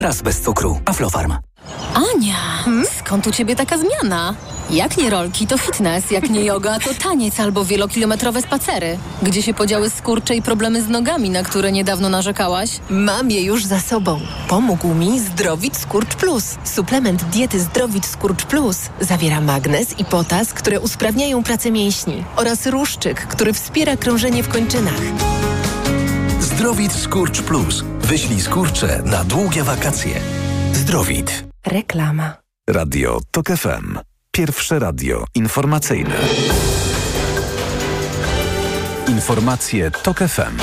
Raz bez cukru. Aflofarm. Ania, skąd u ciebie taka zmiana? Jak nie rolki, to fitness, jak nie yoga, to taniec albo wielokilometrowe spacery. Gdzie się podziały skurcze i problemy z nogami, na które niedawno narzekałaś? Mam je już za sobą. Pomógł mi Zdrowit Skurcz Plus. Suplement diety Zdrowit Skurcz Plus zawiera magnez i potas, które usprawniają pracę mięśni oraz ruszczyk, który wspiera krążenie w kończynach. Zdrowit Skurcz Plus. Wyślij skurcze na długie wakacje. Zdrowit. Reklama. Radio TOK FM. Pierwsze radio informacyjne. Informacje TOK FM.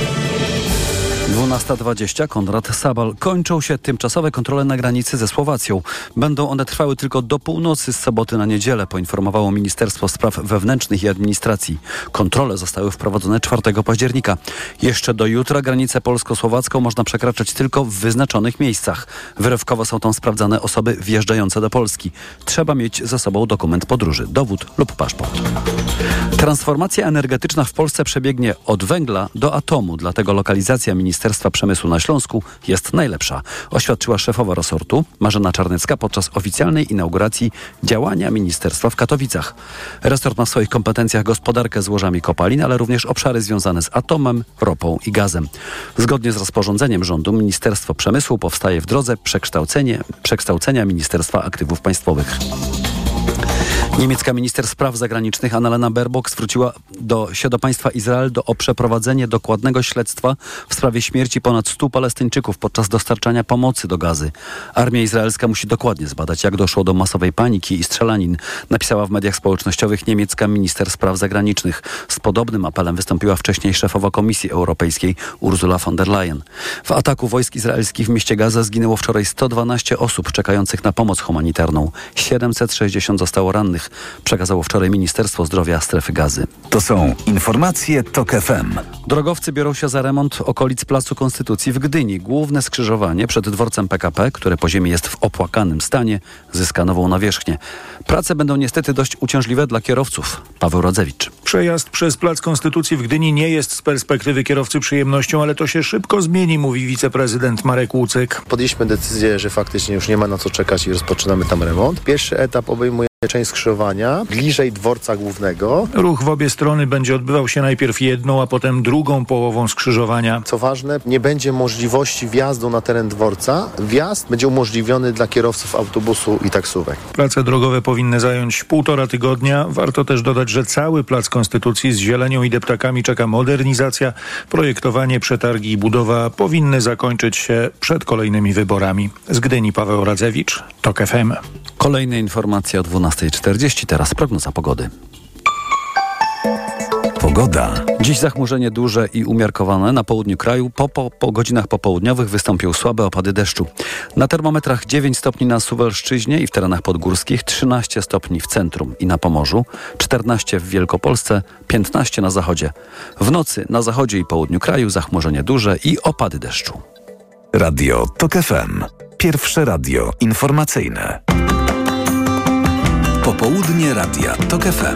12:20. Konrad Sabal. Kończą się tymczasowe kontrole na granicy ze Słowacją. Będą one trwały tylko do północy z soboty na niedzielę, poinformowało Ministerstwo Spraw Wewnętrznych i Administracji. Kontrole zostały wprowadzone 4 października. Jeszcze do jutra granicę polsko-słowacką można przekraczać tylko w wyznaczonych miejscach. Wyrywkowo są tam sprawdzane osoby wjeżdżające do Polski. Trzeba mieć ze sobą dokument podróży, dowód lub paszport. Transformacja energetyczna w Polsce przebiegnie od węgla do atomu, dlatego lokalizacja Ministerstwa Przemysłu na Śląsku jest najlepsza, oświadczyła szefowa resortu Marzena Czarnecka podczas oficjalnej inauguracji działania ministerstwa w Katowicach. Resort ma w swoich kompetencjach gospodarkę złożami kopalin, ale również obszary związane z atomem, ropą i gazem. Zgodnie z rozporządzeniem rządu Ministerstwo Przemysłu powstaje w drodze przekształcenia Ministerstwa Aktywów Państwowych. Niemiecka minister spraw zagranicznych Annalena Baerbock zwróciła się do państwa Izrael o przeprowadzenie dokładnego śledztwa w sprawie śmierci ponad 100 Palestyńczyków podczas dostarczania pomocy do Gazy. Armia izraelska musi dokładnie zbadać, jak doszło do masowej paniki i strzelanin, napisała w mediach społecznościowych niemiecka minister spraw zagranicznych. Z podobnym apelem wystąpiła wcześniej szefowa Komisji Europejskiej Ursula von der Leyen. W ataku wojsk izraelskich w mieście Gaza zginęło wczoraj 112 osób czekających na pomoc humanitarną. 760 zostało rannych, przekazało wczoraj Ministerstwo Zdrowia Strefy Gazy. To są informacje TOK FM. Drogowcy biorą się za remont okolic Placu Konstytucji w Gdyni. Główne skrzyżowanie przed dworcem PKP, które po ziemi jest w opłakanym stanie, zyska nową nawierzchnię. Prace będą niestety dość uciążliwe dla kierowców. Paweł Radzewicz. Przejazd przez Plac Konstytucji w Gdyni nie jest z perspektywy kierowcy przyjemnością, ale to się szybko zmieni, mówi wiceprezydent Marek Łucyk. Podjęliśmy decyzję, że faktycznie już nie ma na co czekać i rozpoczynamy tam remont. Pierwszy etap obejmuje część skrzyżowania bliżej dworca głównego. Ruch w obie strony będzie odbywał się najpierw jedną, a potem drugą połową skrzyżowania. Co ważne, nie będzie możliwości wjazdu na teren dworca. Wjazd będzie umożliwiony dla kierowców autobusu i taksówek. Prace drogowe powinny zająć 1,5 tygodnia. Warto też dodać, że cały Plac Konstytucji z zielenią i deptakami czeka modernizacja. Projektowanie, przetargi i budowa powinny zakończyć się przed kolejnymi wyborami. Z Gdyni Paweł Radzewicz, TOK FM. Kolejne informacje o 12:40. Teraz prognoza pogody. Pogoda. Dziś zachmurzenie duże i umiarkowane na południu kraju. Po godzinach popołudniowych wystąpią słabe opady deszczu. Na termometrach 9 stopni na Suwalszczyźnie i w terenach podgórskich, 13 stopni w centrum i na Pomorzu, 14 w Wielkopolsce, 15 na zachodzie. W nocy na zachodzie i południu kraju zachmurzenie duże i opady deszczu. Radio TOK FM. Pierwsze radio informacyjne. Popołudnie Radia TOK FM.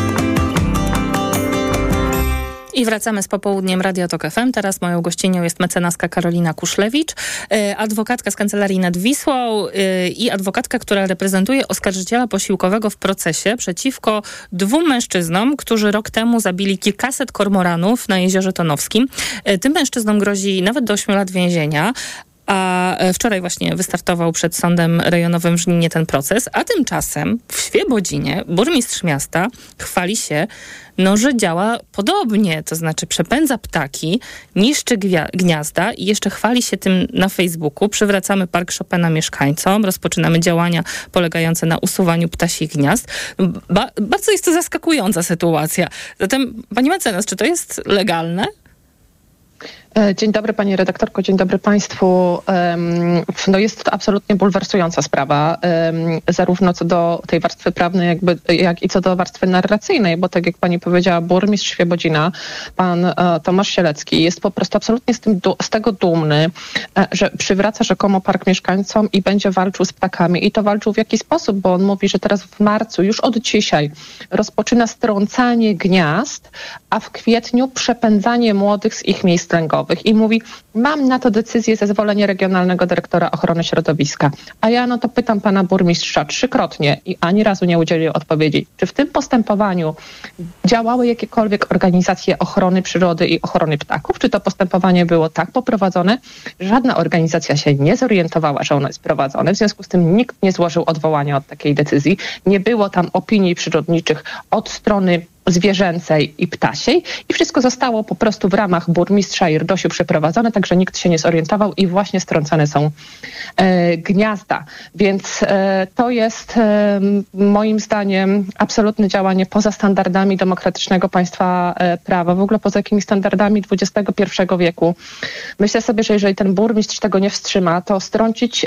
I wracamy z popołudniem Radia TOK FM. Teraz moją gościnią jest mecenaska Karolina Kuszlewicz, adwokatka z Kancelarii nad Wisłą i adwokatka, która reprezentuje oskarżyciela posiłkowego w procesie przeciwko 2 mężczyznom, którzy rok temu zabili kilkaset kormoranów na Jeziorze Tonowskim. Tym mężczyznom grozi nawet do 8 lat więzienia. A wczoraj właśnie wystartował przed Sądem Rejonowym w Żninie ten proces, a tymczasem w Świebodzinie burmistrz miasta chwali się, że działa podobnie, to znaczy przepędza ptaki, niszczy gniazda i jeszcze chwali się tym na Facebooku. Przywracamy Park Chopina mieszkańcom, rozpoczynamy działania polegające na usuwaniu ptasich gniazd. Bardzo jest to zaskakująca sytuacja. Zatem, pani mecenas, czy to jest legalne? Dzień dobry pani redaktorko, dzień dobry państwu. Jest to absolutnie bulwersująca sprawa, zarówno co do tej warstwy prawnej, jak i co do warstwy narracyjnej, bo tak jak pani powiedziała, burmistrz Świebodzina, pan Tomasz Sielecki, jest po prostu absolutnie z tego dumny, że przywraca rzekomo park mieszkańcom i będzie walczył z ptakami. I to walczył w jaki sposób, bo on mówi, że teraz w marcu, już od dzisiaj, rozpoczyna strącanie gniazd, a w kwietniu przepędzanie młodych z ich miejsc lęgowych. parkowych i mówi, mam na to decyzję, zezwolenie Regionalnego Dyrektora Ochrony Środowiska. A ja to pytam pana burmistrza 3-krotnie i ani razu nie udzielił odpowiedzi. Czy w tym postępowaniu działały jakiekolwiek organizacje ochrony przyrody i ochrony ptaków? Czy to postępowanie było tak poprowadzone, że żadna organizacja się nie zorientowała, że ono jest prowadzone? W związku z tym nikt nie złożył odwołania od takiej decyzji. Nie było tam opinii przyrodniczych od strony zwierzęcej i ptasiej i wszystko zostało po prostu w ramach burmistrza i RDOŚ-u przeprowadzone, także nikt się nie zorientował i właśnie strącane są gniazda. Więc to jest moim zdaniem absolutne działanie poza standardami demokratycznego państwa prawa, w ogóle poza jakimiś standardami XXI wieku. Myślę sobie, że jeżeli ten burmistrz tego nie wstrzyma, to strącić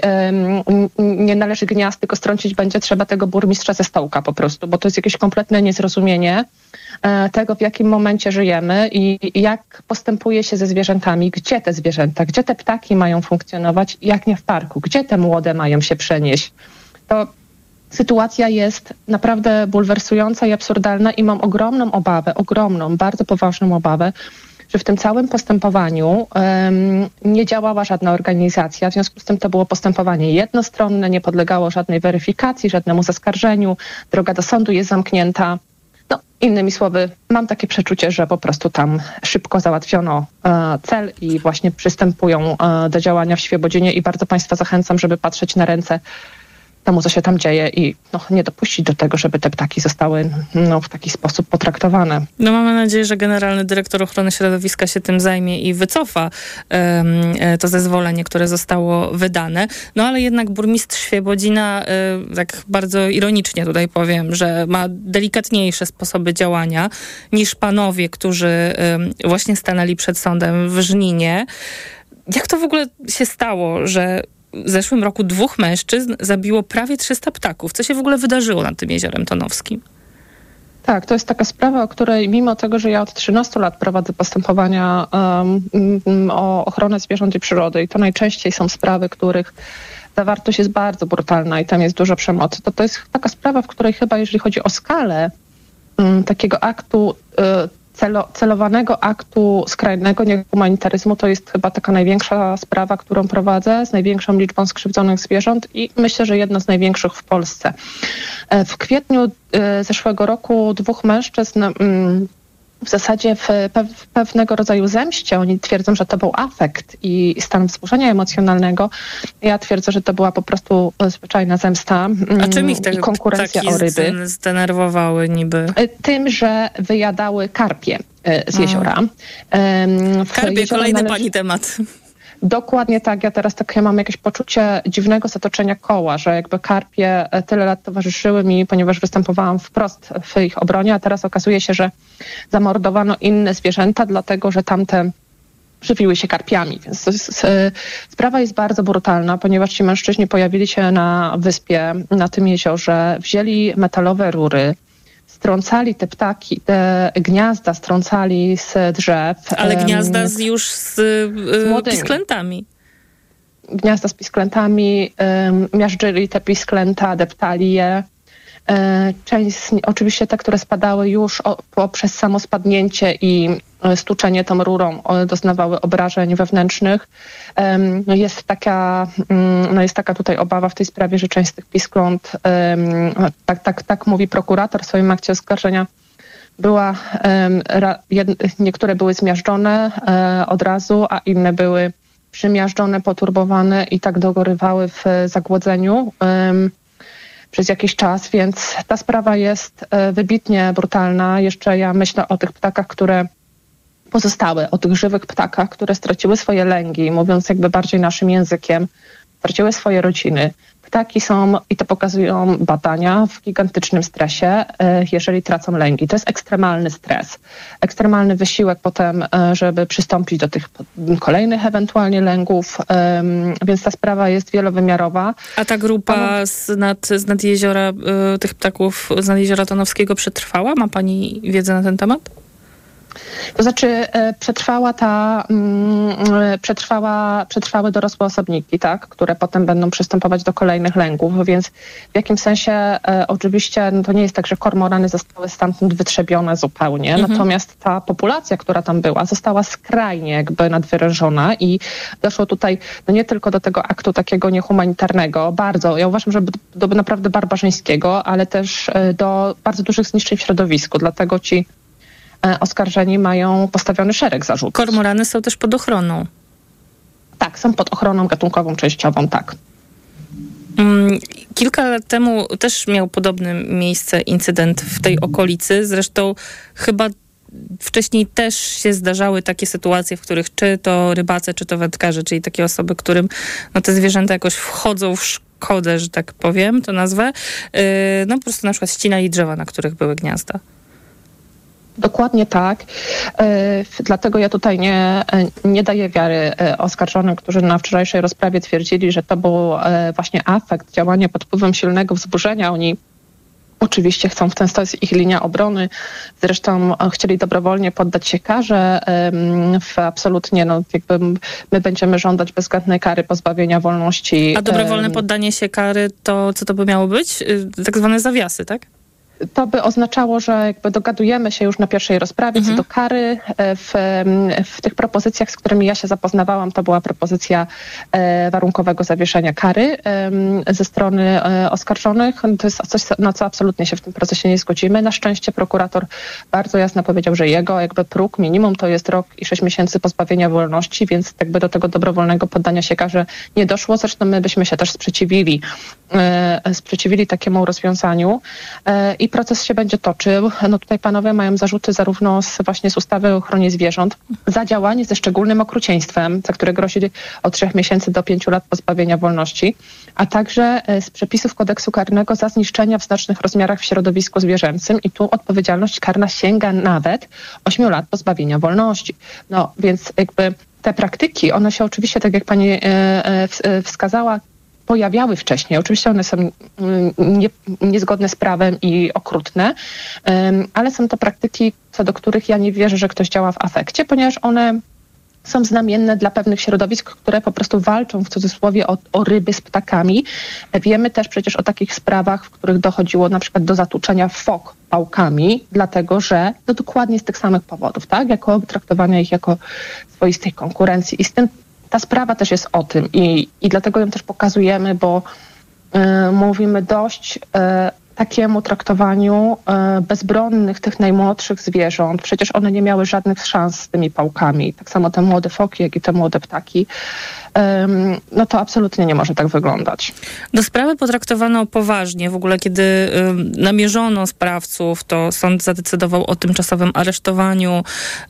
nie należy gniazd, tylko strącić będzie trzeba tego burmistrza ze stołka po prostu, bo to jest jakieś kompletne niezrozumienie tego, w jakim momencie żyjemy i jak postępuje się ze zwierzętami, gdzie te zwierzęta, gdzie te ptaki mają funkcjonować, jak nie w parku, gdzie te młode mają się przenieść. To sytuacja jest naprawdę bulwersująca i absurdalna i mam ogromną obawę, bardzo poważną obawę, że w tym całym postępowaniu nie działała żadna organizacja, w związku z tym to było postępowanie jednostronne, nie podlegało żadnej weryfikacji, żadnemu zaskarżeniu, droga do sądu jest zamknięta. Innymi słowy, mam takie przeczucie, że po prostu tam szybko załatwiono cel i właśnie przystępują do działania w Świebodzinie i bardzo Państwa zachęcam, żeby patrzeć na ręce temu, co się tam dzieje i nie dopuścić do tego, żeby te ptaki zostały w taki sposób potraktowane. Mamy nadzieję, że Generalny Dyrektor Ochrony Środowiska się tym zajmie i wycofa to zezwolenie, które zostało wydane. Ale jednak burmistrz Świebodzina, tak bardzo ironicznie tutaj powiem, że ma delikatniejsze sposoby działania niż panowie, którzy właśnie stanęli przed sądem w Żninie. Jak to w ogóle się stało, że w zeszłym roku 2 mężczyzn zabiło prawie 300 ptaków? Co się w ogóle wydarzyło nad tym Jeziorem Tonowskim? Tak, to jest taka sprawa, o której mimo tego, że ja od 13 lat prowadzę postępowania o ochronę zwierząt i przyrody i to najczęściej są sprawy, których zawartość jest bardzo brutalna i tam jest dużo przemocy, to jest taka sprawa, w której chyba jeżeli chodzi o skalę takiego aktu celowanego aktu skrajnego niehumanitaryzmu, to jest chyba taka największa sprawa, którą prowadzę, z największą liczbą skrzywdzonych zwierząt i myślę, że jedna z największych w Polsce. W kwietniu zeszłego roku 2 mężczyzn w zasadzie w pewnego rodzaju zemście. Oni twierdzą, że to był afekt i stan wzburzenia emocjonalnego. Ja twierdzę, że to była po prostu zwyczajna zemsta. A czym ich te konkurencja o ryby zdenerwowały niby? Tym, że wyjadały karpie z jeziora. Karpie, kolejny pani temat. Dokładnie tak. Ja teraz mam jakieś poczucie dziwnego zatoczenia koła, że jakby karpie tyle lat towarzyszyły mi, ponieważ występowałam wprost w ich obronie, a teraz okazuje się, że zamordowano inne zwierzęta, dlatego że tamte żywiły się karpiami. Więc sprawa jest bardzo brutalna, ponieważ ci mężczyźni pojawili się na wyspie, na tym jeziorze, wzięli metalowe rury, strącali te ptaki, te gniazda strącali z drzew. Ale gniazda już z pisklętami. Gniazda z pisklętami, miażdżyli te pisklęta, deptali je. Oczywiście te, które spadały już poprzez samo spadnięcie i stuczenie tą rurą doznawały obrażeń wewnętrznych. Jest taka tutaj obawa w tej sprawie, że część z tych piskląt, tak mówi prokurator w swoim akcie oskarżenia, niektóre były zmiażdżone od razu, a inne były przymiażdżone, poturbowane i tak dogorywały w zagłodzeniu przez jakiś czas, więc ta sprawa jest wybitnie brutalna. Jeszcze ja myślę o tych ptakach, które pozostały, o tych żywych ptakach, które straciły swoje lęgi, mówiąc jakby bardziej naszym językiem, straciły swoje rodziny. Ptaki są, i to pokazują badania, w gigantycznym stresie, jeżeli tracą lęgi. To jest ekstremalny stres, ekstremalny wysiłek potem, żeby przystąpić do tych kolejnych ewentualnie lęgów, więc ta sprawa jest wielowymiarowa. A ta grupa z nad jeziora, tych ptaków z nad Jeziora Tonowskiego przetrwała? Ma pani wiedzę na ten temat? To znaczy przetrwały dorosłe osobniki, tak, które potem będą przystępować do kolejnych lęków, więc w jakim sensie oczywiście to nie jest tak, że kormorany zostały stamtąd wytrzebione zupełnie, natomiast ta populacja, która tam była, została skrajnie jakby nadwyrężona i doszło tutaj nie tylko do tego aktu takiego niehumanitarnego, ja uważam, że do naprawdę barbarzyńskiego, ale też do bardzo dużych zniszczeń w środowisku, dlatego ci oskarżeni mają postawiony szereg zarzutów. Kormorany są też pod ochroną. Tak, są pod ochroną gatunkową częściową, tak. Kilka lat temu też miał podobne miejsce incydent w tej okolicy. Zresztą chyba wcześniej też się zdarzały takie sytuacje, w których czy to rybacy, czy to wędkarze, czyli takie osoby, którym te zwierzęta jakoś wchodzą w szkodę, że tak powiem, to nazwę, po prostu na przykład ścinali drzewa, na których były gniazda. Dokładnie tak. Dlatego ja tutaj nie daję wiary oskarżonym, którzy na wczorajszej rozprawie twierdzili, że to był właśnie afekt, działanie pod wpływem silnego wzburzenia. Oni oczywiście chcą w ten sposób, ich linia obrony. Zresztą chcieli dobrowolnie poddać się karze. Absolutnie, jakby my będziemy żądać bezwzględnej kary pozbawienia wolności. A dobrowolne poddanie się kary, to co to by miało być? Tak zwane zawiasy, tak? To by oznaczało, że jakby dogadujemy się już na pierwszej rozprawie co do kary. W tych propozycjach, z którymi ja się zapoznawałam, to była propozycja warunkowego zawieszenia kary ze strony oskarżonych. To jest coś, na co absolutnie się w tym procesie nie zgodzimy. Na szczęście prokurator bardzo jasno powiedział, że jego jakby próg minimum to jest rok i 6 miesięcy pozbawienia wolności, więc jakby do tego dobrowolnego poddania się karze nie doszło. Zresztą my byśmy się też sprzeciwili takiemu rozwiązaniu. I proces się będzie toczył. Tutaj panowie mają zarzuty zarówno właśnie z ustawy o ochronie zwierząt za działanie ze szczególnym okrucieństwem, za które grozi od 3 miesięcy do 5 lat pozbawienia wolności, a także z przepisów kodeksu karnego za zniszczenia w znacznych rozmiarach w środowisku zwierzęcym i tu odpowiedzialność karna sięga nawet 8 lat pozbawienia wolności. Więc jakby te praktyki, one się oczywiście, tak jak pani wskazała, pojawiały wcześniej. Oczywiście one są niezgodne z prawem i okrutne, ale są to praktyki, co do których ja nie wierzę, że ktoś działa w afekcie, ponieważ one są znamienne dla pewnych środowisk, które po prostu walczą w cudzysłowie o ryby z ptakami. Wiemy też przecież o takich sprawach, w których dochodziło na przykład do zatłuczenia fok pałkami, dlatego że dokładnie z tych samych powodów, tak? Jako traktowania ich jako swoistej konkurencji. I z tym ta sprawa też jest o tym i dlatego ją też pokazujemy, bo mówimy dość takiemu traktowaniu bezbronnych, tych najmłodszych zwierząt. Przecież one nie miały żadnych szans z tymi pałkami. Tak samo te młode foki, jak i te młode ptaki. To absolutnie nie może tak wyglądać. Do sprawy potraktowano poważnie. W ogóle kiedy namierzono sprawców, to sąd zadecydował o tymczasowym aresztowaniu.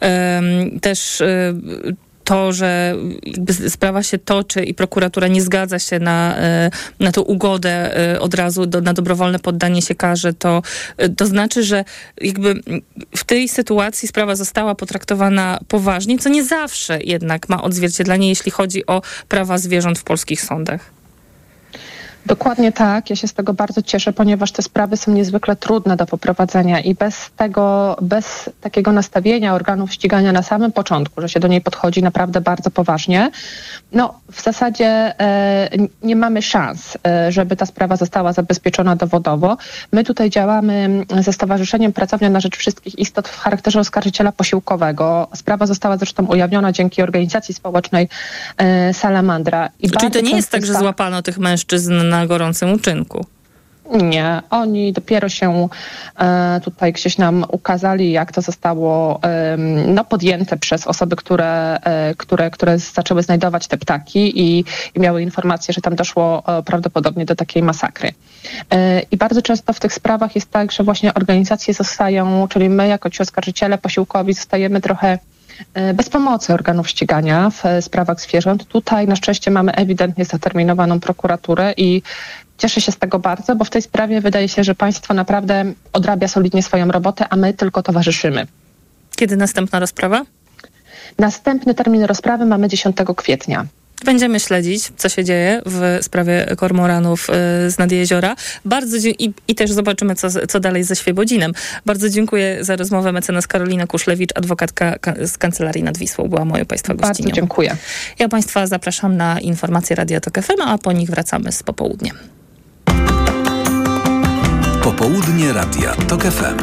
Też to, że jakby sprawa się toczy i prokuratura nie zgadza się na tą ugodę od razu na dobrowolne poddanie się karze, to znaczy, że jakby w tej sytuacji sprawa została potraktowana poważnie, co nie zawsze jednak ma odzwierciedlenie, jeśli chodzi o prawa zwierząt w polskich sądach. Dokładnie tak. Ja się z tego bardzo cieszę, ponieważ te sprawy są niezwykle trudne do poprowadzenia i bez takiego nastawienia organów ścigania na samym początku, że się do niej podchodzi naprawdę bardzo poważnie, w zasadzie nie mamy szans, żeby ta sprawa została zabezpieczona dowodowo. My tutaj działamy ze Stowarzyszeniem Pracownia na Rzecz Wszystkich Istot w charakterze oskarżyciela posiłkowego. Sprawa została zresztą ujawniona dzięki organizacji społecznej Salamandra. Czyli to nie jest tak, że złapano tych mężczyzn na gorącym uczynku? Nie, oni dopiero się tutaj gdzieś nam ukazali, jak to zostało podjęte przez osoby, które zaczęły znajdować te ptaki i miały informację, że tam doszło prawdopodobnie do takiej masakry. I bardzo często w tych sprawach jest tak, że właśnie organizacje zostają, czyli my jako ci oskarżyciele posiłkowi zostajemy trochę bez pomocy organów ścigania w sprawach zwierząt. Tutaj na szczęście mamy ewidentnie zaterminowaną prokuraturę i cieszę się z tego bardzo, bo w tej sprawie wydaje się, że państwo naprawdę odrabia solidnie swoją robotę, a my tylko towarzyszymy. Kiedy następna rozprawa? Następny termin rozprawy mamy 10 kwietnia. Będziemy śledzić, co się dzieje w sprawie kormoranów z nad jeziora. I też zobaczymy, co dalej ze Świebodzinem. Bardzo dziękuję za rozmowę. Mecenas Karolina Kuszlewicz, adwokatka z Kancelarii nad Wisłą, była moją Państwa gościnią. Bardzo dziękuję. Ja Państwa zapraszam na informacje Radia Tok FM, a po nich wracamy z popołudniem. Popołudnie Radia Tok FM.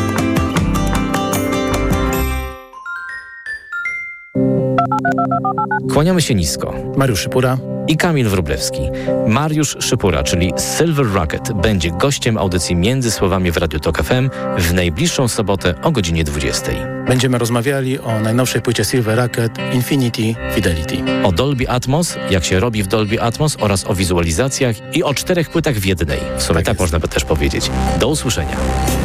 Kłaniamy się nisko. Mariusz Szypura I Kamil Wróblewski. Mariusz Szypura, czyli Silver Rocket, będzie gościem audycji Między Słowami w Radiu Tok FM w najbliższą sobotę o godzinie 20. Będziemy rozmawiali o najnowszej płycie Silver Rocket Infinity Fidelity. O Dolby Atmos, jak się robi w Dolby Atmos oraz o wizualizacjach i o 4 płytach w jednej. W sumie tak można by też powiedzieć. Do usłyszenia.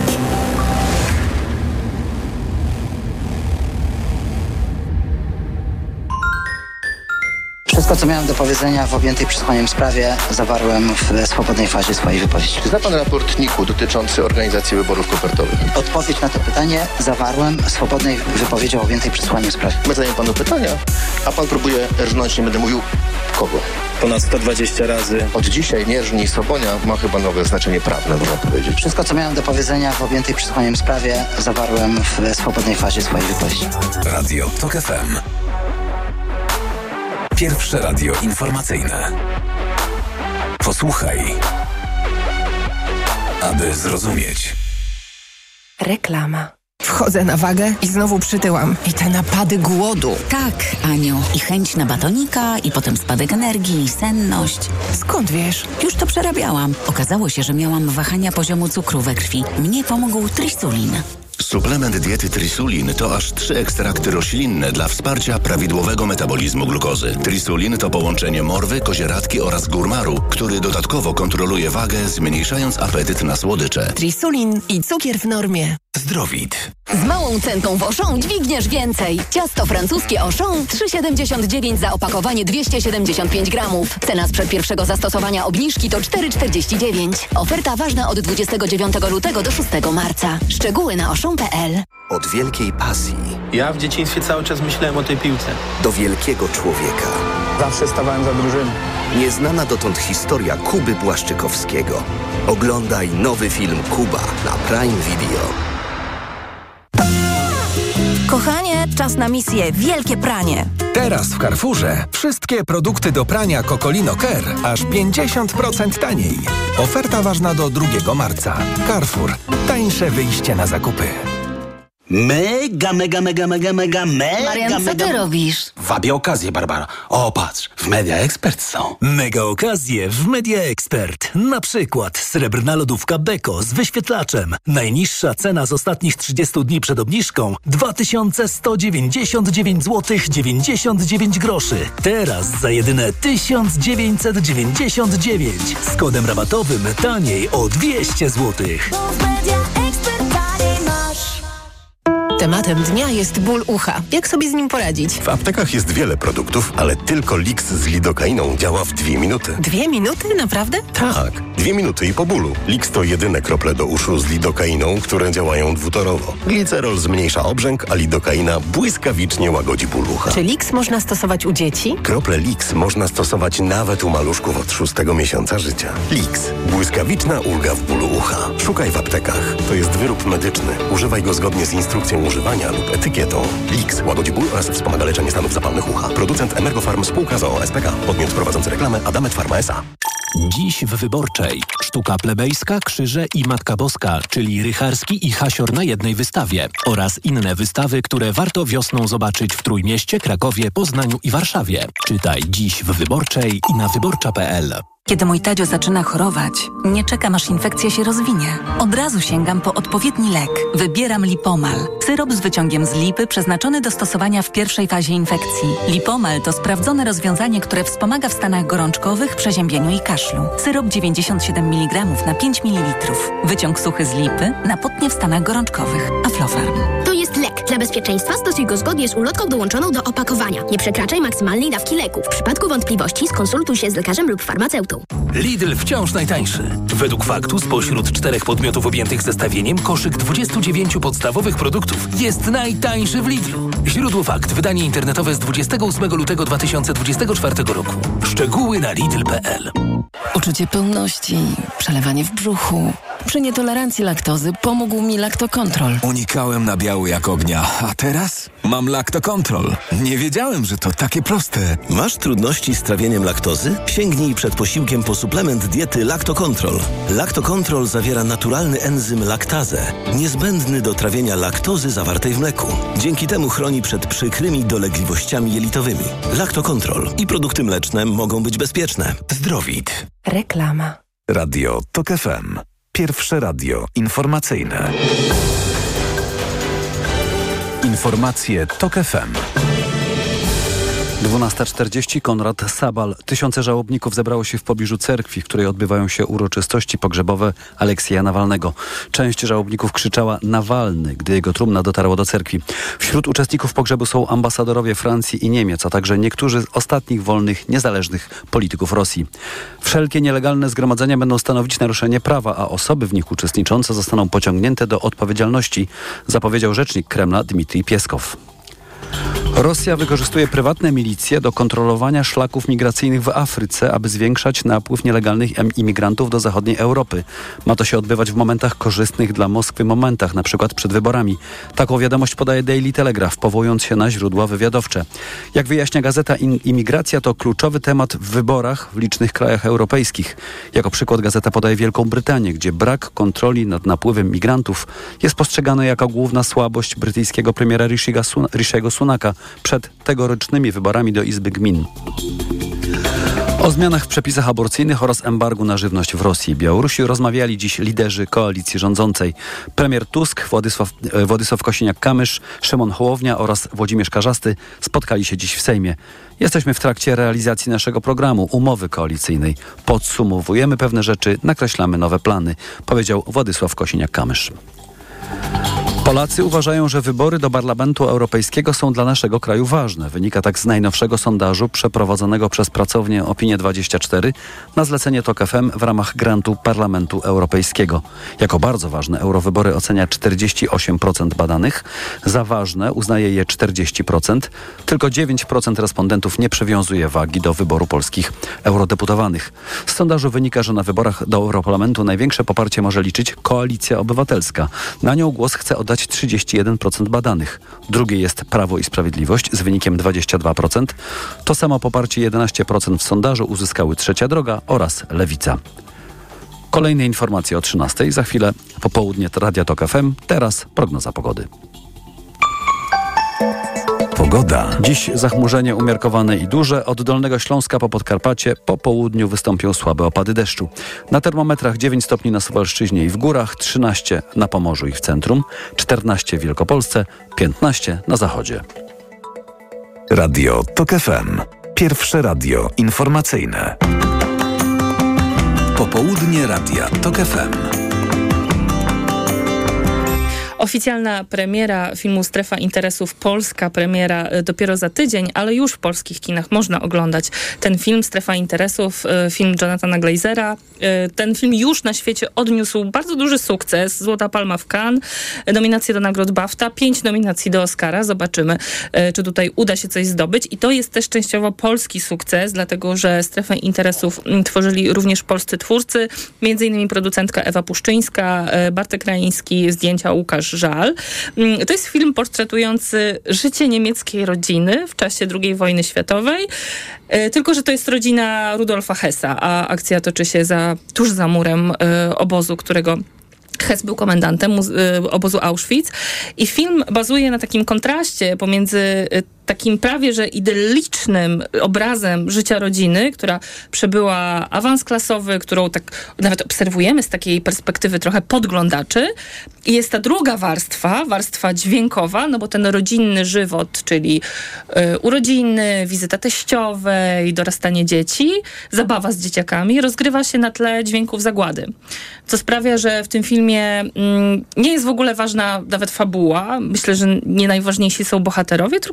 Wszystko, co miałem do powiedzenia w objętej przesłaniem sprawie, zawarłem w swobodnej fazie swojej wypowiedzi. Czy zna pan raport NIK-u dotyczący organizacji wyborów kopertowych? Odpowiedź na to pytanie zawarłem w swobodnej wypowiedzi objętej przesłaniem sprawy. My zadajemy panu pytania, a pan próbuje rżnąć, nie będę mówił kogo. Ponad 120 razy. Od dzisiaj nie rżnij Sobonia ma chyba nowe znaczenie prawne, można powiedzieć. Wszystko, co miałem do powiedzenia w objętej przesłaniem sprawie, zawarłem w swobodnej fazie swojej wypowiedzi. Radio Tok FM. Pierwsze radio informacyjne. Posłuchaj, aby zrozumieć. Reklama. Wchodzę na wagę i znowu przytyłam. I te napady głodu. Tak, Aniu. I chęć na batonika, i potem spadek energii, i senność. Skąd wiesz? Już to przerabiałam. Okazało się, że miałam wahania poziomu cukru we krwi. Mnie pomógł Trisulin. Suplement diety Trisulin to aż 3 ekstrakty roślinne dla wsparcia prawidłowego metabolizmu glukozy. Trisulin to połączenie morwy, kozieradki oraz górmaru, który dodatkowo kontroluje wagę, zmniejszając apetyt na słodycze. Trisulin i cukier w normie. Zdrowit. Z małą cenką w Auchan dźwigniesz więcej. Ciasto francuskie Auchan 3,79 za opakowanie 275 gramów. Cena sprzed pierwszego zastosowania obniżki to 4,49. Oferta ważna od 29 lutego do 6 marca. Szczegóły na auchan.pl. Od wielkiej pasji. Ja w dzieciństwie cały czas myślałem o tej piłce. Do wielkiego człowieka. Zawsze stawałem za drużyną. Nieznana dotąd historia Kuby Błaszczykowskiego. Oglądaj nowy film Kuba na Prime Video. Kochanie, czas na misję Wielkie Pranie. Teraz w Carrefourze wszystkie produkty do prania Cocolino Care aż 50% taniej. Oferta ważna do 2 marca. Carrefour. Tańsze wyjście na zakupy. Mega. Marian, co ty robisz? Wabię okazję, Barbara. O, patrz, w Media Expert są. Mega okazje w Media Expert. Na przykład srebrna lodówka Beko z wyświetlaczem. Najniższa cena z ostatnich 30 dni przed obniżką 2199 zł 99 groszy. Teraz za jedyne 1999. Z kodem rabatowym taniej o 200 zł. Tematem dnia jest ból ucha. Jak sobie z nim poradzić? W aptekach jest wiele produktów, ale tylko Lix z lidokainą działa w 2 minuty. 2 minuty? Naprawdę? Tak, 2 minuty i po bólu. Lix to jedyne krople do uszu z lidokainą, które działają dwutorowo. Glicerol zmniejsza obrzęk, a lidokaina błyskawicznie łagodzi ból ucha. Czy Lix można stosować u dzieci? Krople Lix można stosować nawet u maluszków od 6 miesiąca życia. Lix. Błyskawiczna ulga w bólu ucha. Szukaj w aptekach. To jest wyrób medyczny. Używaj go zgodnie z instrukcją używania lub etykietą. Lix łagodzi ból oraz wspomaga leczenie stanów zapalnych ucha. Producent Emergofarm spółka z o.o. S.P.K. Podmiot prowadzący reklamę Adamet Pharma S.A. Dziś w Wyborczej. Sztuka plebejska, krzyże i Matka Boska, czyli Rycharski i Hasior na jednej wystawie oraz inne wystawy, które warto wiosną zobaczyć w Trójmieście, Krakowie, Poznaniu i Warszawie. Czytaj dziś w Wyborczej i na wyborcza.pl. Kiedy mój Tadzio zaczyna chorować, nie czekam aż infekcja się rozwinie. Od razu sięgam po odpowiedni lek. Wybieram Lipomal. Syrop z wyciągiem z lipy przeznaczony do stosowania w pierwszej fazie infekcji. Lipomal to sprawdzone rozwiązanie, które wspomaga w stanach gorączkowych, przeziębieniu i kaszlu. Syrop 97 mg na 5 ml. Wyciąg suchy z lipy na potnie w stanach gorączkowych. Aflofarm. To jest lek. Dla bezpieczeństwa stosuj go zgodnie z ulotką dołączoną do opakowania. Nie przekraczaj maksymalnej dawki leku. W przypadku wątpliwości skonsultuj się z lekarzem lub farmaceutą. limitu. Lidl wciąż najtańszy. Według faktu spośród 4 podmiotów objętych zestawieniem koszyk 29 podstawowych produktów jest najtańszy w Lidlu. Źródło fakt. Wydanie internetowe z 28 lutego 2024 roku. Szczegóły na lidl.pl. Uczucie pełności, przelewanie w brzuchu. Przy nietolerancji laktozy pomógł mi Lactocontrol. Unikałem nabiału jak ognia, a teraz mam Lactocontrol. Nie wiedziałem, że to takie proste. Masz trudności z trawieniem laktozy? Sięgnij przed posiłkiem po suplement diety Lactocontrol. Lactocontrol zawiera naturalny enzym laktazę, niezbędny do trawienia laktozy zawartej w mleku. Dzięki temu chroni przed przykrymi dolegliwościami jelitowymi. Lactocontrol i produkty mleczne mogą być bezpieczne. Zdrowit. Reklama. Radio TOK FM. Pierwsze radio informacyjne. Informacje TOK FM. 12:40. Konrad Sabal. Tysiące żałobników zebrało się w pobliżu cerkwi, w której odbywają się uroczystości pogrzebowe Aleksieja Nawalnego. Część żałobników krzyczała Nawalny, gdy jego trumna dotarła do cerkwi. Wśród uczestników pogrzebu są ambasadorowie Francji i Niemiec, a także niektórzy z ostatnich wolnych, niezależnych polityków Rosji. Wszelkie nielegalne zgromadzenia będą stanowić naruszenie prawa, a osoby w nich uczestniczące zostaną pociągnięte do odpowiedzialności, zapowiedział rzecznik Kremla Dmitrij Pieskow. Rosja wykorzystuje prywatne milicje do kontrolowania szlaków migracyjnych w Afryce, aby zwiększać napływ nielegalnych imigrantów do zachodniej Europy. Ma to się odbywać w momentach korzystnych dla Moskwy momentach, na przykład przed wyborami. Taką wiadomość podaje Daily Telegraph, powołując się na źródła wywiadowcze. Jak wyjaśnia gazeta, imigracja to kluczowy temat w wyborach w licznych krajach europejskich. Jako przykład gazeta podaje Wielką Brytanię, gdzie brak kontroli nad napływem migrantów jest postrzegany jako główna słabość brytyjskiego premiera Rishiego Sunaka przed tegorocznymi wyborami do Izby Gmin. O zmianach w przepisach aborcyjnych oraz embargu na żywność w Rosji i Białorusi rozmawiali dziś liderzy koalicji rządzącej. Premier Tusk, Władysław Kosiniak-Kamysz, Szymon Hołownia oraz Włodzimierz Czarzasty spotkali się dziś w Sejmie. Jesteśmy w trakcie realizacji naszego programu, umowy koalicyjnej. Podsumowujemy pewne rzeczy, nakreślamy nowe plany, powiedział Władysław Kosiniak-Kamysz. Polacy uważają, że wybory do Parlamentu Europejskiego są dla naszego kraju ważne. Wynika tak z najnowszego sondażu przeprowadzonego przez pracownię Opinie24 na zlecenie TOK FM w ramach grantu Parlamentu Europejskiego. Jako bardzo ważne eurowybory ocenia 48% badanych. Za ważne uznaje je 40%. Tylko 9% respondentów nie przywiązuje wagi do wyboru polskich eurodeputowanych. Z sondażu wynika, że na wyborach do Europarlamentu największe poparcie może liczyć Koalicja Obywatelska. Na nią głos chce oddać 31% badanych. Drugie jest Prawo i Sprawiedliwość z wynikiem 22%. To samo poparcie 11% w sondażu uzyskały Trzecia Droga oraz Lewica. Kolejne informacje o 13:00. Za chwilę popołudnie Radia TOK FM. Teraz prognoza pogody. Pogoda. Dziś zachmurzenie umiarkowane i duże. Od Dolnego Śląska po Podkarpacie po południu wystąpią słabe opady deszczu. Na termometrach 9 stopni na Suwalszczyźnie i w górach, 13 na Pomorzu i w centrum, 14 w Wielkopolsce, 15 na zachodzie. Radio TOK FM. Pierwsze radio informacyjne. Popołudnie Radia TOK FM. Oficjalna premiera filmu Strefa Interesów, polska premiera dopiero za tydzień, ale już w polskich kinach można oglądać ten film Strefa Interesów, film Jonathana Glazera. Ten film już na świecie odniósł bardzo duży sukces. Złota Palma w Cannes, nominacje do nagród BAFTA, 5 nominacji do Oscara. Zobaczymy, czy tutaj uda się coś zdobyć. I to jest też częściowo polski sukces, dlatego że Strefę Interesów tworzyli również polscy twórcy, między innymi producentka Ewa Puszczyńska, Bartek Raiński, zdjęcia Łukasz Żal. To jest film portretujący życie niemieckiej rodziny w czasie II wojny światowej, tylko że to jest rodzina Rudolfa Hessa, a akcja toczy się tuż za murem obozu, którego Hess był komendantem obozu Auschwitz. I film bazuje na takim kontraście pomiędzy takim prawie że idyllicznym obrazem życia rodziny, która przebyła awans klasowy, którą tak nawet obserwujemy z takiej perspektywy trochę podglądaczy. I jest ta druga warstwa dźwiękowa, no bo ten rodzinny żywot, czyli urodziny, wizyta teściowej, dorastanie dzieci, zabawa z dzieciakami, rozgrywa się na tle dźwięków zagłady. Co sprawia, że w tym filmie nie jest w ogóle ważna nawet fabuła. Myślę, że nie najważniejsi są bohaterowie, tylko po prostu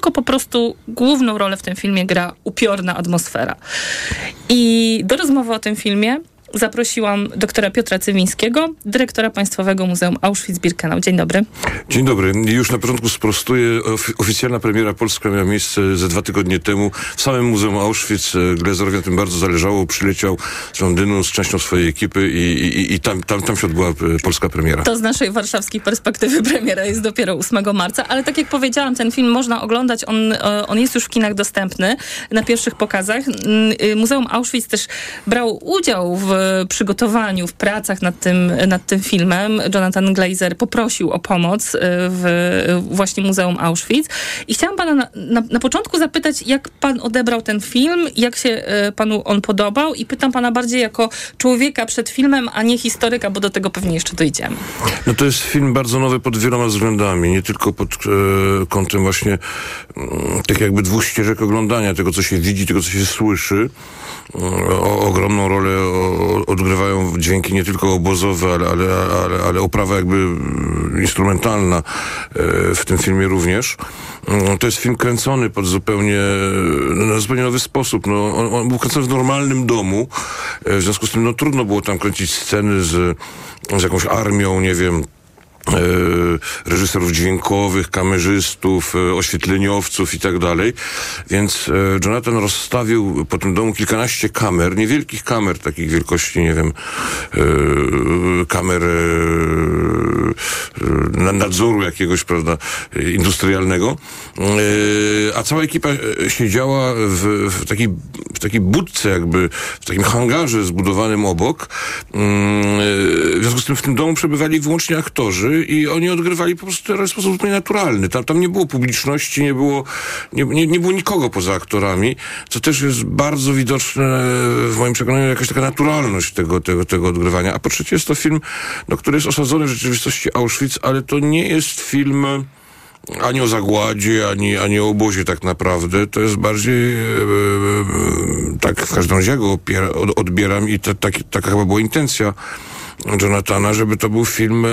prostu główną rolę w tym filmie gra upiorna atmosfera. I do rozmowy o tym filmie zaprosiłam doktora Piotra Cywińskiego, dyrektora Państwowego Muzeum Auschwitz-Birkenau. Dzień dobry. Dzień dobry. Już na początku sprostuję. Oficjalna premiera polska miała miejsce ze 2 tygodnie temu w samym Muzeum Auschwitz. Glazerowi na tym bardzo zależało. Przyleciał z Londynu z częścią swojej ekipy i tam się odbyła polska premiera. To z naszej warszawskiej perspektywy premiera jest dopiero 8 marca, ale tak jak powiedziałam, ten film można oglądać. On jest już w kinach dostępny na pierwszych pokazach. Muzeum Auschwitz też brał udział w przygotowaniu, w pracach nad tym filmem. Jonathan Glazer poprosił o pomoc w właśnie Muzeum Auschwitz. I chciałam pana na początku zapytać, jak pan odebrał ten film, jak się panu on podobał i pytam pana bardziej jako człowieka przed filmem, a nie historyka, bo do tego pewnie jeszcze dojdziemy. No to jest film bardzo nowy pod wieloma względami, nie tylko pod kątem właśnie tak jakby 2 ścieżek oglądania, tego co się widzi, tego co się słyszy. Ogromną rolę odgrywają dźwięki nie tylko obozowe, ale oprawa jakby instrumentalna w tym filmie również. To jest film kręcony pod zupełnie nowy sposób. On był kręcony w normalnym domu. W związku z tym trudno było tam kręcić sceny z jakąś armią, nie wiem, reżyserów dźwiękowych, kamerzystów, oświetleniowców i tak dalej. Więc Jonathan rozstawił po tym domu kilkanaście kamer, niewielkich kamer, takich wielkości, nie wiem, kamer nadzoru jakiegoś, prawda, industrialnego. A cała ekipa siedziała w takiej budce jakby, w takim hangarze zbudowanym obok. W związku z tym w tym domu przebywali wyłącznie aktorzy i oni odgrywali po prostu w sposób zupełnie naturalny. Tam nie było publiczności, nie było nikogo poza aktorami, co też jest bardzo widoczne w moim przekonaniu, jakaś taka naturalność tego odgrywania. A po trzecie jest to film, który jest osadzony w rzeczywistości Auschwitz, ale to nie jest film ani o zagładzie, ani o obozie tak naprawdę. To jest bardziej tak w każdym razie ja go odbieram i taka chyba była intencja Jonathana, żeby to był film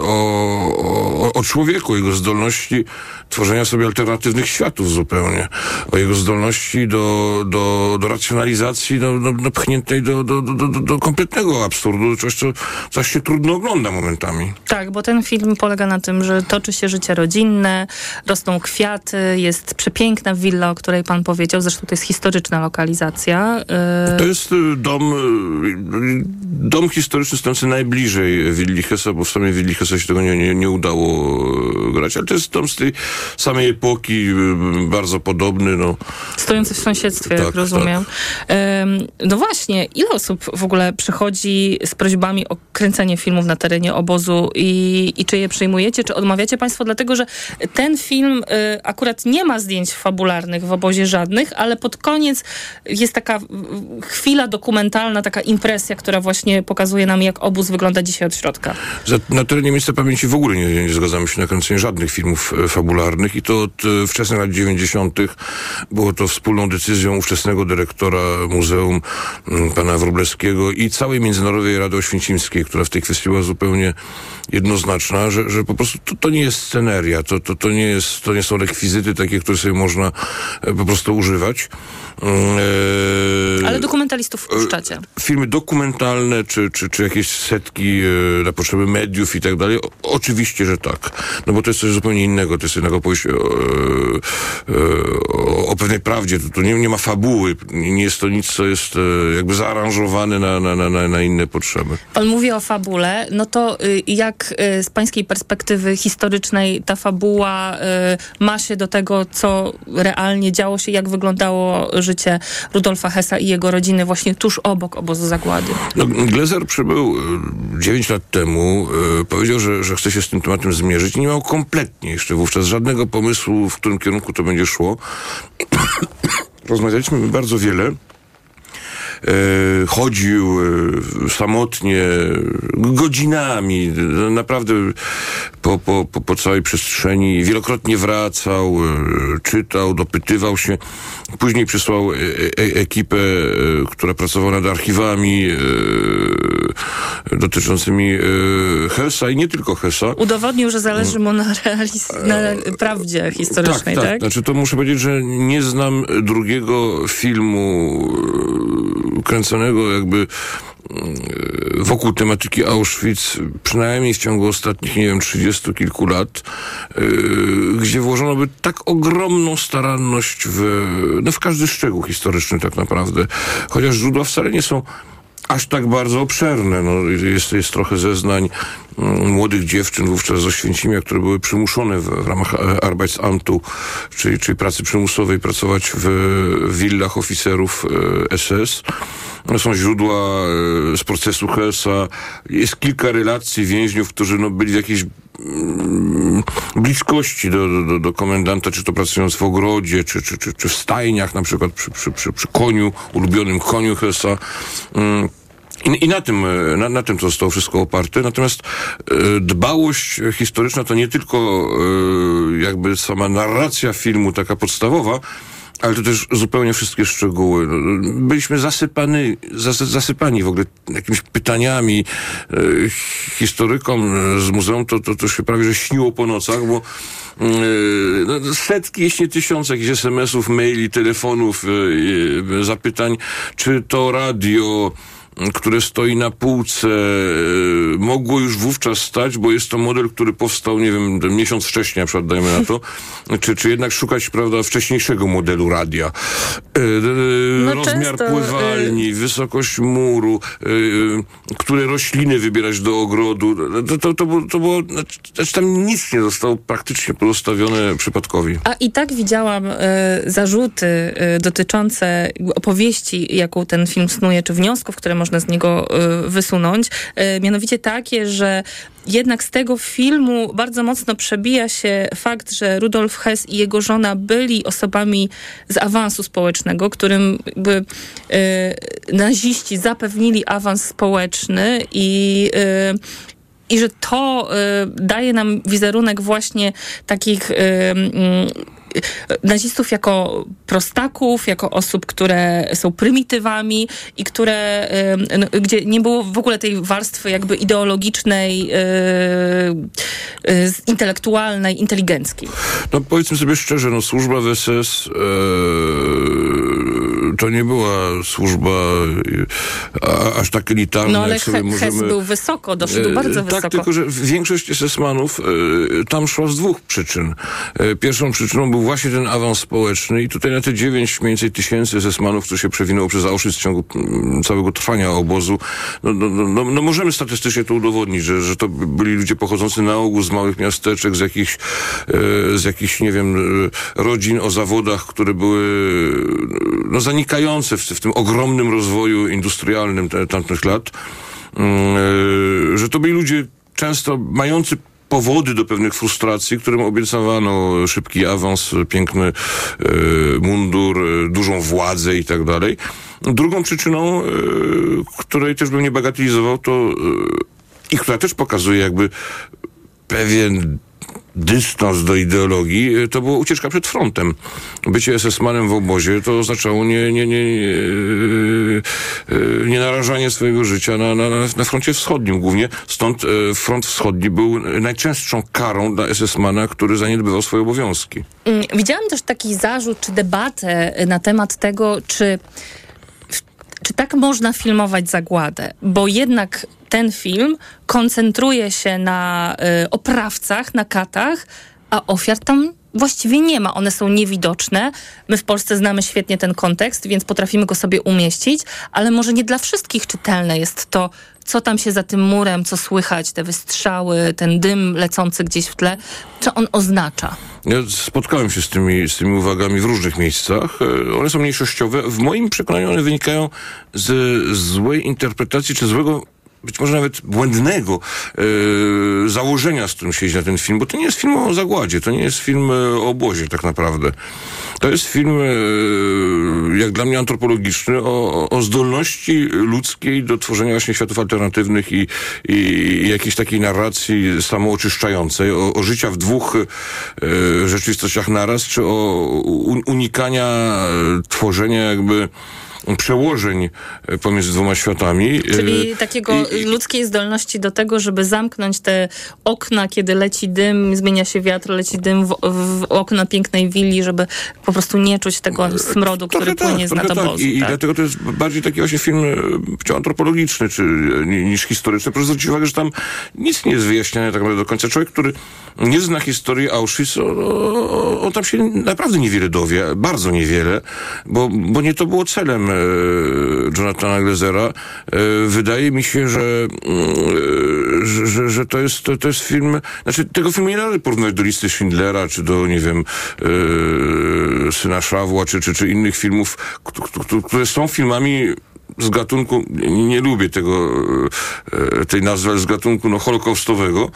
o człowieku, jego zdolności tworzenia sobie alternatywnych światów zupełnie, o jego zdolności do racjonalizacji pchniętej do kompletnego absurdu, coś się trudno ogląda momentami. Tak, bo ten film polega na tym, że toczy się życie rodzinne, rosną kwiaty, jest przepiękna willa, o której pan powiedział, zresztą to jest historyczna lokalizacja. To jest dom historyczny stojący najbliżej willi Hessa, bo w samej willi Hessa się tego nie udało grać, ale to jest dom z tej samej epoki, bardzo podobny. Stojący w sąsiedztwie, jak rozumiem. Tak. No właśnie, ile osób w ogóle przychodzi z prośbami o kręcenie filmów na terenie obozu i czy je przyjmujecie, czy odmawiacie państwo, dlatego że ten film akurat nie ma zdjęć fabularnych w obozie żadnych, ale pod koniec jest taka chwila dokumentalna, taka impresja, która właśnie pokazuje nam, jak obóz wygląda dzisiaj od środka. Na terenie Miejsca Pamięci w ogóle nie zgadzamy się na kręcenie żadnych filmów fabularnych i to od wczesnych lat 90. było to wspólną decyzją ówczesnego dyrektora muzeum, pana Wróblewskiego i całej Międzynarodowej Rady Oświęcimskiej, która w tej kwestii była zupełnie jednoznaczna, że po prostu to nie jest sceneria, to nie są rekwizyty takie, które sobie można po prostu używać. Ale dokumentalistów wpuszczacie. Filmy dokumentalne, czy jakieś setki na potrzeby mediów i tak dalej, oczywiście, że tak. No bo to jest coś zupełnie innego, to jest jednak opowieść o pewnej prawdzie, tu nie ma fabuły, nie jest to nic, co jest jakby zaaranżowane na inne potrzeby. Pan mówi o fabule, no to jak z pańskiej perspektywy historycznej ta fabuła ma się do tego, co realnie działo się, jak wyglądało życie Rudolfa Hessa i jego rodziny właśnie tuż obok obozu zagłady? Glazer przybył 9 lat temu, powiedział, że chce się z tym tematem zmierzyć i nie miał kompletnie jeszcze wówczas żadnego pomysłu, w którym kierunku to będzie szło. Rozmawialiśmy bardzo wiele. Chodził samotnie, godzinami, naprawdę po całej przestrzeni, wielokrotnie wracał, czytał, dopytywał się. Później przysłał ekipę, która pracowała nad archiwami dotyczącymi Hessa i nie tylko Hessa. Udowodnił, że zależy mu na prawdzie historycznej, tak? Znaczy, to muszę powiedzieć, że nie znam drugiego filmu kręconego jakby wokół tematyki Auschwitz, przynajmniej w ciągu ostatnich, 30 kilku lat, gdzie włożono by tak ogromną staranność w każdy szczegół historyczny tak naprawdę. Chociaż źródła wcale nie są aż tak bardzo obszerne. Jest trochę zeznań młodych dziewczyn wówczas z Oświęcimia, które były przymuszone w ramach Arbeitsamtu, czyli pracy przymusowej, pracować w willach oficerów SS. Są źródła z procesu Hessa. Jest kilka relacji więźniów, którzy byli w jakiejś bliskości do komendanta, czy to pracując w ogrodzie, czy w stajniach, na przykład przy koniu, ulubionym koniu Hessa. I na tym to zostało wszystko oparte. Natomiast dbałość historyczna to nie tylko jakby sama narracja filmu, taka podstawowa, ale to też zupełnie wszystkie szczegóły. Byliśmy zasypani w ogóle jakimiś pytaniami. Historykom z muzeum to się prawie że śniło po nocach, bo setki, jeśli nie tysiące jakichś SMS-ów, maili, telefonów, zapytań, czy to radio, które stoi na półce, mogło już wówczas stać, bo jest to model, który powstał, miesiąc wcześniej, na przykład, dajmy na to, czy jednak szukać, prawda, wcześniejszego modelu radia. Rozmiar pływalni, wysokość muru, które rośliny wybierać do ogrodu. To było, tam nic nie zostało praktycznie pozostawione przypadkowi. A i tak widziałam zarzuty dotyczące opowieści, jaką ten film snuje, czy wniosków, które można z niego wysunąć. Mianowicie takie, że jednak z tego filmu bardzo mocno przebija się fakt, że Rudolf Hess i jego żona byli osobami z awansu społecznego, którym jakby naziści zapewnili awans społeczny i że to daje nam wizerunek właśnie takich nazistów jako prostaków, jako osób, które są prymitywami i które, gdzie nie było w ogóle tej warstwy jakby ideologicznej, intelektualnej, inteligenckiej. Powiedzmy sobie szczerze, służba w SS to nie była służba aż tak elitarna, ale jak sobie możemy... Hess był wysoko, doszedł bardzo wysoko. Tak, tylko że większość SS-manów tam szła z dwóch przyczyn. Pierwszą przyczyną był właśnie ten awans społeczny i tutaj na te 9 mniej więcej tysięcy SS-manów, którzy się przewinęło przez Auschwitz w ciągu całego trwania obozu, możemy statystycznie to udowodnić, że to byli ludzie pochodzący na ogół z małych miasteczek, z jakichś, nie wiem, rodzin o zawodach, które były zanikające w tym ogromnym rozwoju industrialnym tamtych lat, że to byli ludzie często mający powody do pewnych frustracji, którym obiecywano szybki awans, piękny mundur, dużą władzę i tak dalej. Drugą przyczyną, której też bym nie bagatelizował, to i która też pokazuje jakby pewien dystans do ideologii, to była ucieczka przed frontem. Bycie SS-manem w obozie to oznaczało nie narażanie swojego życia na froncie wschodnim głównie. Stąd front wschodni był najczęstszą karą dla SS-mana, który zaniedbywał swoje obowiązki. Widziałam też taki zarzut, czy debatę na temat tego, czy tak można filmować zagładę, bo jednak ten film koncentruje się na oprawcach, na katach, a ofiar tam właściwie nie ma. One są niewidoczne. My w Polsce znamy świetnie ten kontekst, więc potrafimy go sobie umieścić, ale może nie dla wszystkich czytelne jest to, co tam się za tym murem, co słychać, te wystrzały, ten dym lecący gdzieś w tle, co on oznacza. Ja spotkałem się z tymi uwagami w różnych miejscach. One są mniejszościowe. W moim przekonaniu one wynikają z złej interpretacji, czy złego, być może nawet błędnego założenia, z którym się idzie na ten film, bo to nie jest film o zagładzie, to nie jest film o obozie tak naprawdę. To jest film, jak dla mnie, antropologiczny o zdolności ludzkiej do tworzenia właśnie światów alternatywnych i jakiejś takiej narracji samooczyszczającej, o życia w dwóch rzeczywistościach naraz, czy o unikania tworzenia jakby przełożeń pomiędzy dwoma światami. Czyli takiego ludzkiej zdolności do tego, żeby zamknąć te okna, kiedy leci dym, zmienia się wiatr, leci dym w okna pięknej willi, żeby po prostu nie czuć tego smrodu, który płynie z natobozu. I dlatego to jest bardziej taki właśnie film antropologiczny niż historyczny. Proszę zwrócić uwagę, że tam nic nie jest wyjaśniane tak naprawdę do końca. Człowiek, który nie zna historii Auschwitz, on tam się naprawdę niewiele dowie, bardzo niewiele, bo nie to było celem Jonathana Glazera. Wydaje mi się, że to jest film, znaczy tego filmu nie należy porównać do Listy Schindlera, czy do, nie wiem, Syna Szawła, czy innych filmów, które są filmami z gatunku, nie lubię tej nazwy, ale z gatunku holokaustowego.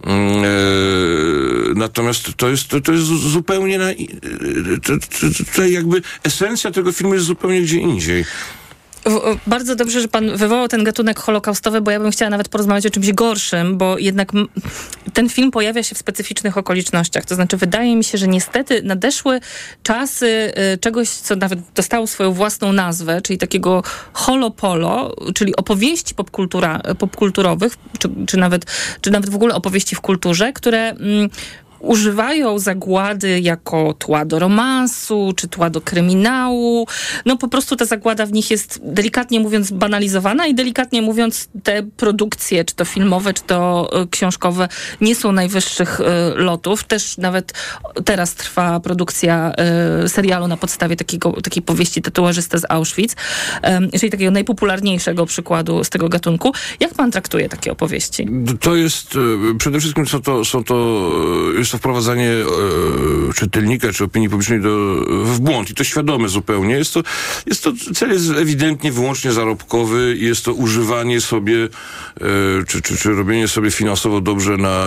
Natomiast to jest zupełnie tutaj jakby esencja tego filmu jest zupełnie gdzie indziej. Bardzo dobrze, że pan wywołał ten gatunek holokaustowy, bo ja bym chciała nawet porozmawiać o czymś gorszym, bo jednak ten film pojawia się w specyficznych okolicznościach. To znaczy, wydaje mi się, że niestety nadeszły czasy czegoś, co nawet dostało swoją własną nazwę, czyli takiego holopolo, czyli opowieści popkulturowych, czy nawet w ogóle opowieści w kulturze, które używają zagłady jako tła do romansu, czy tła do kryminału. No po prostu ta zagłada w nich jest, delikatnie mówiąc, banalizowana i delikatnie mówiąc, te produkcje, czy to filmowe, czy to książkowe, nie są najwyższych lotów. Też nawet teraz trwa produkcja serialu na podstawie takiej powieści Tatuażysta z Auschwitz, czyli takiego najpopularniejszego przykładu z tego gatunku. Jak pan traktuje takie opowieści? To jest, przede wszystkim jest to wprowadzanie czytelnika czy opinii publicznej w błąd i to świadome zupełnie. Cel jest ewidentnie wyłącznie zarobkowy i jest to używanie sobie czy robienie sobie finansowo dobrze